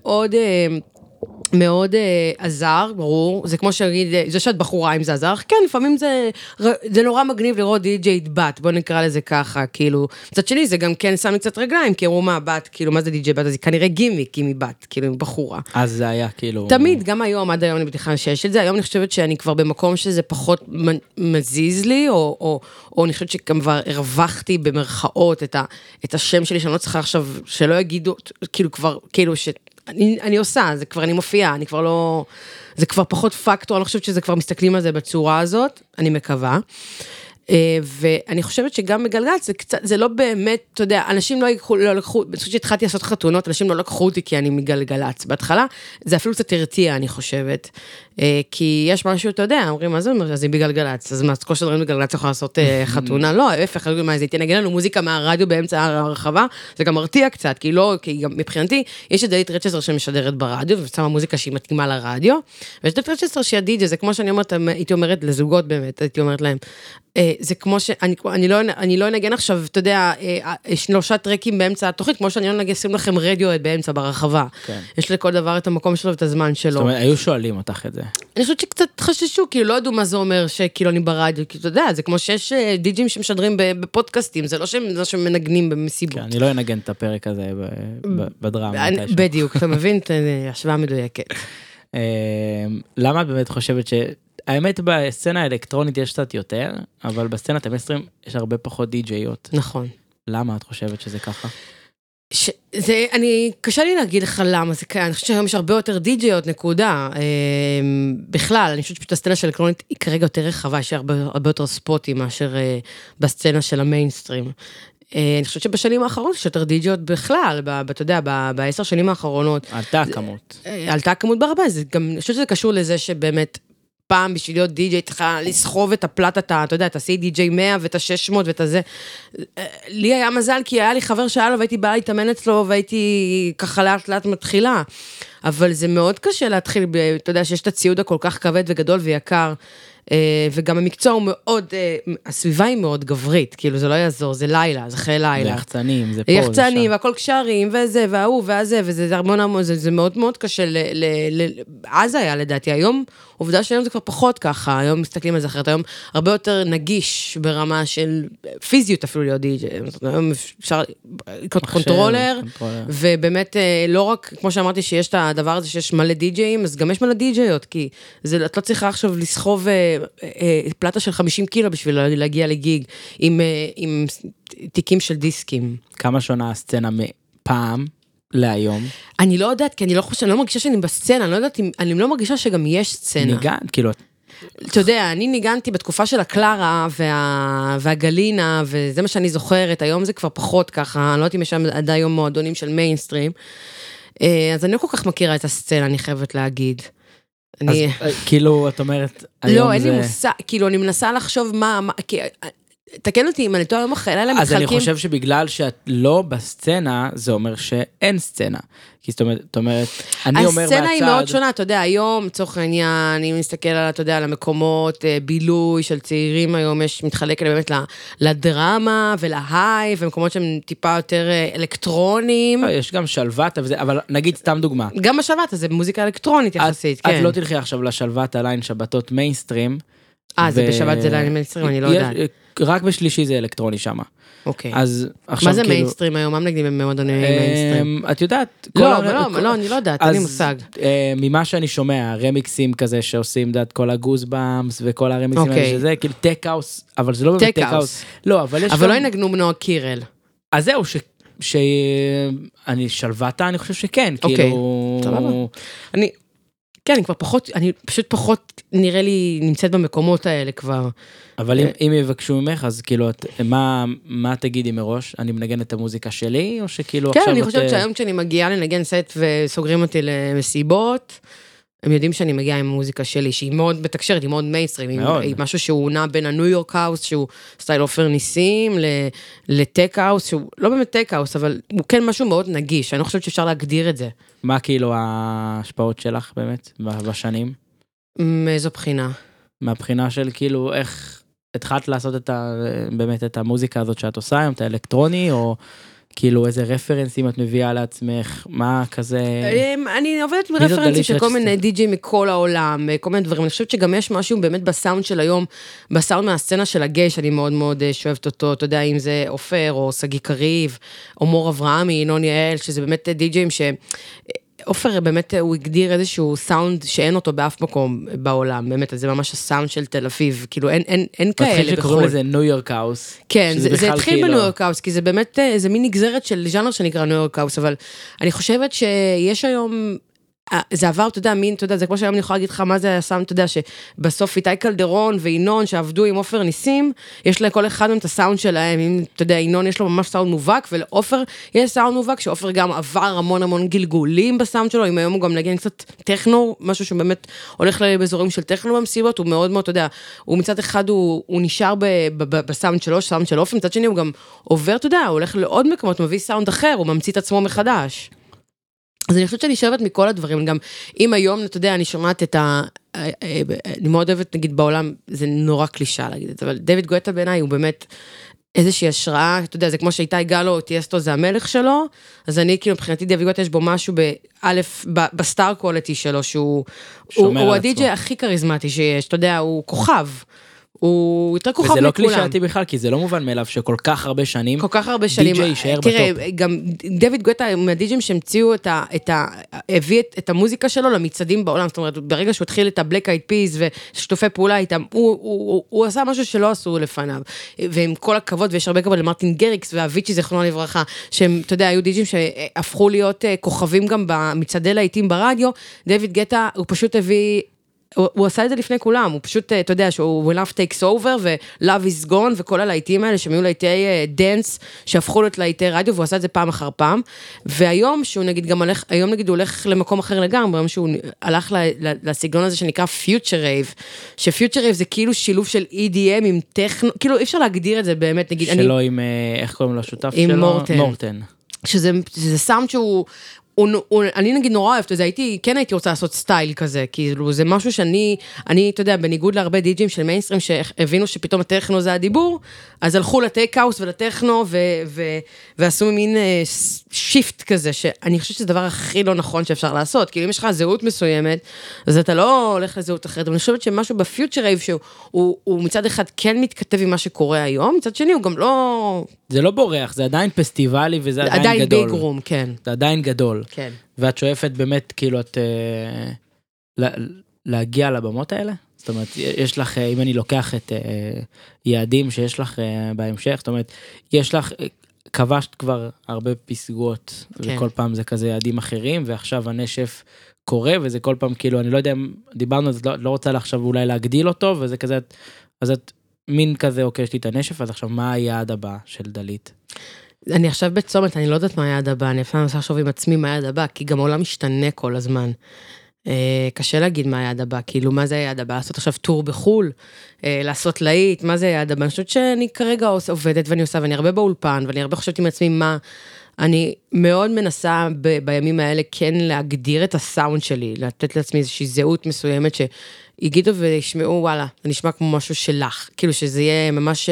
מאוד עזר, ברור, זה כמו שאגיד, זה שאת בחורה אם זה עזר, כן, לפעמים זה נורא מגניב לראות די-ג'יי בת, בוא נקרא לזה ככה, כאילו, מצד שני זה גם כן שם לי קצת רגליים, כי אמרו מה, בת, כאילו, מה זה די-ג'יי בת, אז היא כנראה גימיק, אם היא בת, כאילו, היא בחורה. אז זה היה כאילו... תמיד, גם היום, עד היום אני בטוחה שיש את זה, היום אני חושבת שאני כבר במקום שזה פחות מזיז לי, או אני חושבת שגם כבר הרווחתי במרכאות את השם שלי, שאני לא צריכה עכשיו, שלא יגידו, כאילו כבר, כאילו אני עושה, זה כבר אני מופיעה, אני כבר לא, זה כבר פחות פקטור, אני חושבת שזה כבר מסתכלים על זה בצורה הזאת, אני מקווה, ואני חושבת שגם בגלגלצ, זה קצת, זה לא באמת, אתה יודע, אנשים לא לקחו, אני חושבת שהתחלתי לעשות חתונות, אנשים לא לקחו אותי כי אני מגלגלצ, בהתחלה, זה אפילו קצת הרתיע, אני חושבת, כי יש משהו, אתה יודע, אומרים, מה זה אומר, אז היא בגלגלצ, אז מה, כל שדברים בגלגלצ יכול לעשות חתונה, לא, ההפך, זה תנגן לנו מוזיקה מהרדיו באמצע הרחבה, זה גם מרתיע קצת, כי לא, כי גם מבחינתי, יש את דלית רצ'סטר שמשדרת ברדיו, ושמה מוזיקה שהיא מתאימה לרדיו, ויש דלית רצ'סטר שהיא הדי-ג'יי, זה כמו שאני אומרת, הייתי אומרת לזוגות באמת, הייתי אומרת להם, זה כמו שאני לא אנגן עכשיו, אתה יודע, 3 טרקים באמצע התוכנית, כמו שאני לא אשים לכם רדיו באמצע ברחבה. יש לכל דבר את המקום שלו ואת הזמן שלו. זאת אומרת, היו שואלים אותך את זה. אני חושבת שקצת חששו, כאילו לא ידעו מה זה אומר שכאילו אני ברדיו, כי אתה יודע, זה כמו שיש די-ג'ים שמשדרים בפודקאסטים, זה לא שהם מנגנים במסיבות. כן, אני לא אנגן את הפרק הזה בדרמה. בדיוק, אתה מבין את השוואה מדויקת. למה את באמת חושבת האמת בסצנה האלקטרונית יש קצת יותר, אבל בסצנת המיינסטרים יש הרבה פחות די-ג'יות. נכון. למה את חושבת שזה ככה? קשה לי להגיד לך למה זה כאן, אני חושבת שהיום יש הרבה יותר די-ג'יות, נקודה. בכלל, אני חושבת שפשוט הסצנה של האלקטרונית היא כרגע יותר רחבה, יש הרבה יותר ספוטים מאשר בסצנה של המיינסטרים. אני חושבת שבשנים האחרונות יש יותר די-ג'יות בכלל, אתה יודע, ב10 שנים האחרונות. עלתה הכמות. עלתה הכמות בהרבה, אני חושבת שזה קשור לזה שבאמת, פעם בשביל להיות די-ג'יי, צריכה לסחוב את הפלטה, אתה יודע, את ה-CDJ 100 ואת ה-600 ואת הזה. לי היה מזל, כי היה לי חבר שהיה לו, והייתי באה להתאמן אצלו, והייתי ככה לאט מתחילה. אבל זה מאוד קשה להתחיל, אתה יודע, שיש את הציוד הכל כך כבד וגדול ויקר, וגם המקצוע הוא מאוד, הסביבה היא מאוד גברית, כאילו זה לא יעזור, זה לילה, זה חיי לילה. זה יחצנים, זה פה, זה שם. יחצנים, והכל קשרים, וזה, והוא, והזה, וזה המון, זה מאוד מאוד קשה, אז היה לדעתי, היום, עובדה שהיום זה כבר פחות ככה, היום מסתכלים על זה אחרת, היום הרבה יותר נגיש ברמה של פיזיות אפילו להיות די-ג'יי, היום אפשר לקנות קונטרולר, ובאמת לא רק, כמו שאמרתי שיש את הדבר הזה שיש מלא די-ג'יים, אז גם יש מלא די-ג'יות, כי את לא צריכה עכשיו לסחוב פלטה של 50 קילו בשביל להגיע לגיג, עם תיקים של דיסקים. כמה שונה הסצנה מפעם להיום? אני לא יודעת, כי אני לא מרגישה שאני בסצנה, אני לא מרגישה שגם יש סצנה. ניגן, כאילו... אתה יודע, אני ניגנתי בתקופה של הקלרה והגלינה, וזה מה שאני זוכרת, היום זה כבר פחות ככה, אני לא יודעת אם יש שם עד היום מועדונים של מיינסטרים, אז אני לא כל כך מכירה את הסצנה, אני חייבת להגיד. אז כאילו, את אומרת... לא, אין לי מושג, כאילו, אני מנסה לחשוב מה... תקן אותי, אם אני טועה היום אחרי לילה מתחלקים... אז אני חושב שבגלל שאת לא בסצנה, זה אומר שאין סצנה. כי זאת אומרת, אני אומר מהצד... הסצנה היא מאוד שונה, אתה יודע, היום, צורך העניין, אני מסתכל על, אתה יודע, על המקומות, בילוי של צעירים היום, יש מתחלק באמת לדרמה ולהיי, ומקומות שהם טיפה יותר אלקטרוניים. יש גם שלוות, אבל נגיד סתם דוגמה. גם בשלוות, זה מוזיקה אלקטרונית יחסית, כן. את לא תלכי עכשיו לשלוות הליין שבתות מיינסטרים. זה בשבת זה ליין מיינסטרים, אני לא יודעת. רק בשלישי זה אלקטרוני שמה. אוקיי. אז עכשיו מה זה מיינסטרים היום? מה מנגדים במועדוני מיינסטרים? את יודעת... לא, אני לא יודעת, אין לי מושג. ממה שאני שומע, רמיקסים כזה שעושים, דעת, כל הגוזבאמס וכל הרמיקסים האלה שזה, כאילו טק-האוס, אבל זה לא באמת טק-האוס. לא, אבל יש... אבל לא ינגנו בנועה קירל. אז זהו, שאני שלוותה, אני חושב שכן, כאילו... כן, אני כבר פחות, אני פשוט פחות נראה לי נמצאת במקומות האלה כבר. אבל אם יבקשו ממך, אז כאילו, מה תגידי מראש? אני מנגן את המוזיקה שלי, או שכאילו עכשיו... כן, אני חושבת שהיום כשאני מגיעה לנגן סט וסוגרים אותי למסיבות, הם יודעים שאני מגיעה עם המוזיקה שלי, שהיא מאוד בתקשרת, היא מאוד מיינסטרים, היא משהו שהוא נע בין הניו יורק האוס, שהוא סטייל אופר ניסים, לטק האוס, שהוא לא באמת טק האוס, אבל הוא כן משהו מאוד נגיש, אני לא חושבת שאפשר להגדיר את זה. מה כאילו ההשפעות שלך באמת בשנים? מאיזו בחינה? מהבחינה של כאילו איך התחלת לעשות באמת את המוזיקה הזאת שאת עושה היום, את האלקטרוני, או... כאילו איזה רפרנסים את מביאה לעצמך, מה כזה... אני עובדת עם רפרנסים של כל מיני די-ג'י מכל העולם, כל מיני דברים. אני חושבת שגם יש משהו באמת בסאונד של היום, בסאונד מהסצנה של הגי, שאני מאוד מאוד שואבת אותו, אתה יודע, אם זה אופר, או סגי קריב, או מור אברהמי, ינון יעל, שזה באמת די-ג'ים ש... אופר באמת הוא הגדיר איזשהו סאונד שאין אותו באף מקום בעולם, באמת, זה ממש הסאונד של תל אביב, כאילו אין כאלה בחול. מתחיל שקוראים לזה ניו יורק האוס. כן, זה התחיל בניו יורק האוס, כי זה באמת, זה מין נגזרת של ז'אנר שנקרא ניו יורק האוס, אבל אני חושבת שיש היום... זה עבר, אתה יודע, מין, אתה יודע, זה כמו שהיום אני יכולה להגיד לך מה זה הסאונד, אתה יודע, שבסוף איתי קלדרון ואינון שעבדו עם אופר ניסים, יש לכל אחד מהם את הסאונד שלהם, אם, אתה יודע, אינון יש לו ממש סאונד מובהק, ולאופר יש סאונד מובהק, שאופר גם עבר המון גלגולים בסאונד שלו, אם היום הוא גם נגן קצת טכנו, משהו שבאמת הולך באזורים של טכנו במסיבות, הוא מאוד מאוד, אתה יודע, הוא מצד אחד, הוא נשאר בסאונד שלו, סאונד של אופר, מצד שני הוא גם עובר, אתה יודע, הוא הולך לעוד מקומות, מביא סאונד אחר, הוא ממציא את עצמו מחדש. אז אני חושבת שאני שואבת מכל הדברים, גם אם היום, אתה יודע, אני שומעת את אני מאוד אוהבת, נגיד, בעולם, זה נורא קלישה להגיד את זה, אבל דויד גואטה בעיניי הוא באמת איזושהי השראה, אתה יודע, זה כמו שאיתי גלו, טייסטו זה המלך שלו, אז אני, כאילו, מבחינתי דויד גואטה יש בו משהו בסטאר קואליטי שלו, שהוא הדי-ג'יי הכי כריזמטי שיש, אתה יודע, הוא כוכב. הוא יותר כוכב מכולם. וזה לא קלישאתי בכלל, כי זה לא מובן מאליו שכל כך הרבה שנים, די-ג'יי יישאר בטופ. תראה, גם דויד גואטה, מהדי-ג'ים שהמציאו הביא את המוזיקה שלו למצעדים בעולם, זאת אומרת, ברגע שהוא התחיל את ה-Black Eyed Peas ושותופי פעולה איתם, הוא עשה משהו שלא עשו לפניו, ועם כל הכבוד, ויש הרבה כבוד למרטין גריקס והוויצ'י זכרונו לברכה, שהם, אתה יודע, היו די-ג'ים שהפכו להיות כוכבים גם במצעדי להיטים ברדיו, דויד גואטה, הוא פשוט הביא הוא עשה את זה לפני כולם, הוא פשוט, אתה יודע, שהוא love takes over, ו-love is gone, וכל הלהיטים האלה, שהם היו להיטי דנס, שהפכו להיות להיטי רדיו, והוא עשה את זה פעם אחר פעם, והיום, שהוא נגיד גם הולך, היום נגיד הוא הולך למקום אחר לגמרי, היום שהוא הלך לסגנון הזה שנקרא future rave, ש-future rave זה כאילו שילוב של EDM עם טכנו, כאילו אי אפשר להגדיר את זה באמת, נגיד, שלו עם, איך קוראים לו, השותף שלו? עם מורטן. שזה סאונד שהוא, אני נגיד נורא אוהבת, כן הייתי רוצה לעשות סטייל כזה, כאילו זה משהו שאני, אתה יודע, בניגוד להרבה די-ג'ים של מיינסטרים, שהבינו שפתאום הטכנו זה הדיבור, אז הלכו לטייק-האוס ולטכנו, ועשו מין שיפט כזה, שאני חושבת שזה הדבר הכי לא נכון שאפשר לעשות, כאילו אם יש לך זהות מסוימת, אז אתה לא הולך לזהות אחרת, אבל אני חושבת שמשהו בפיוטר רייב, שהוא מצד אחד כן מתכתב עם מה שקורה היום, מצד שני הוא גם לא... זה לא בורח, זה עדיין פסטיבלי וזה עדיין גדול. עדיין ביג רום, כן. זה עדיין גדול. כן. ואת שואפת באמת, כאילו, להגיע לבמות האלה? זאת אומרת, יש לך, אם אני לוקח את יעדים שיש לך בהמשך, זאת אומרת, יש לך, כבשת כבר הרבה פסגות, וכל פעם זה כזה יעדים אחרים, ועכשיו הנשף קורה, וזה כל פעם, כאילו, אני לא יודע, דיברנו, אז לא רוצה עכשיו אולי להגדיל אותו, וזה כזה, אז את מין כזה, אוקיי, יש לי את הנשף, אז עכשיו, מה היעד הבא של דלית? אני עכשיו בצומת, אני לא יודעת מה היעד הבא, אני אפילו מנסה לחשוב עם עצמי מה היעד הבא, כי גם העולם משתנה כל הזמן. קשה להגיד מה היעד הבא, כאילו מה זה היעד הבא, לעשות עכשיו טור בחול, לעשות להיט, מה זה היעד הבא, אני חושבת שאני כרגע עובדת ואני עושה, ואני הרבה באולפן, ואני הרבה חושבת עם עצמי מה, אני מאוד מנסה בימים האלה כן להגדיר את הסאונד שלי, לתת לעצמי איזושהי זהות מסוימת שיגידו וישמעו, וואלה, זה נשמע כמו משהו שלך, כאילו שזה יהיה ממש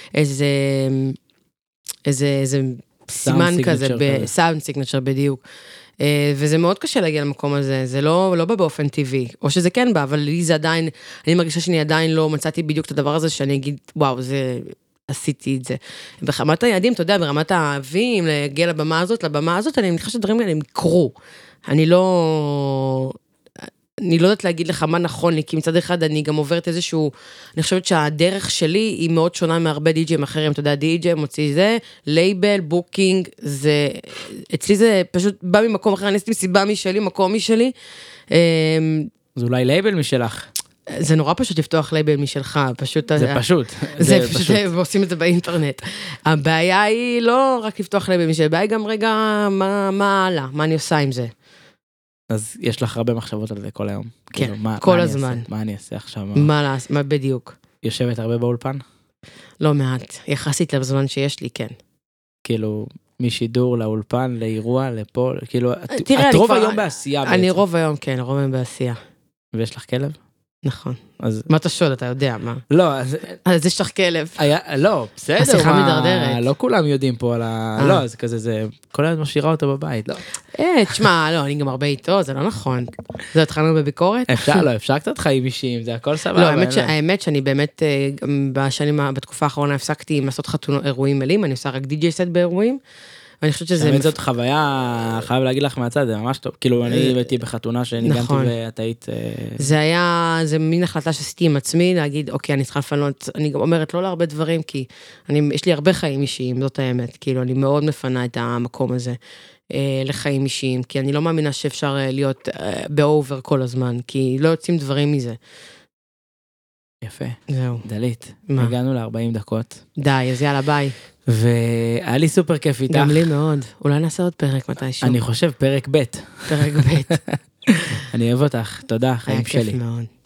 איזה סימן כזה, סאונד סיגנצ'ר בדיוק. וזה מאוד קשה להגיע למקום הזה, זה לא בא באופן טבעי, או שזה כן בא, אבל לי זה עדיין, אני מרגישה שאני עדיין לא מצאתי בדיוק את הדבר הזה, שאני אגיד, וואו, עשיתי את זה. ברמת היעדים, אתה יודע, ברמת האהבים, להגיע לבמה הזאת, אני מניחה שדברים האלה הם יקרו. אני לא יודעת להגיד לך מה נכון לי, כי מצד אחד אני גם עוברת איזשהו, אני חושבת שהדרך שלי היא מאוד שונה מהרבה די-ג'ים אחרים, אתה יודע, די-ג'י מוציא זה, לייבל, בוקינג, זה, אצלי זה פשוט בא ממקום אחר, אני עשיתי סיבה משלי, מקום משלי. זה אולי לייבל משלך. זה נורא פשוט לפתוח לייבל משלך, פשוט... זה פשוט. זה פשוט, ועושים את זה באינטרנט. הבעיה היא לא רק לפתוח לייבל משל, הבעיה היא גם רגע, מה הלאה, מה אני עושה עם זה. אז יש לך הרבה מחשבות על זה כל היום. כן, כל הזמן. מה אני אעשה עכשיו? מה בדיוק? יושבת הרבה באולפן? לא מעט, יחסית לזמן שיש לי, כן. כאילו, משידור לאולפן, לאירוע, לפה, כאילו, את רוב היום בעשייה בעצם. אני רוב היום, כן, רוב היום בעשייה. ויש לך כלב? נכון. מה אתה שואל, אתה יודע, מה? לא, אז יש לך כלב. לא, בסדר. השיחה מדרדרת. לא כולם יודעים פה על ה... לא, זה כזה, זה... כל היום משאירה אותו בבית, לא. תשמע, לא, אני גם הרבה איתו, זה לא נכון. זה התחלנו בביקורת? אפשר קצת חיים אישיים, זה הכל סבבה. לא, האמת שאני באמת, בתקופה האחרונה הפסקתי לעשות אירועים מלאים, אני עושה רק די-ג'יי סט באירועים, ואני חושבת שזה... באמת זאת חוויה, חייב להגיד לך מהצד, זה ממש טוב. כאילו, אני הייתי בחתונה שניגנתי ואת היית... זה מין החלטה שעשיתי עם עצמי, להגיד, אוקיי, אני צריכה לפנות, אני גם אומרת לא להרבה דברים, כי יש לי הרבה חיים אישיים, זאת האמת. כאילו, אני מאוד מפנה את המקום הזה לחיים אישיים, כי אני לא מאמינה שאפשר להיות באובר כל הזמן, כי לא יוצאים דברים מזה. יפה. זהו. דלית, הגענו ל-40 דקות. די, אז יאללה, ביי. והיה לי סופר כיף איתך. גם לי מאוד. אולי נעשה עוד פרק מתישהו. אני חושב, פרק ב'. פרק ב'. אני אוהב אותך. תודה, חיים שלי. היה כיף מאוד.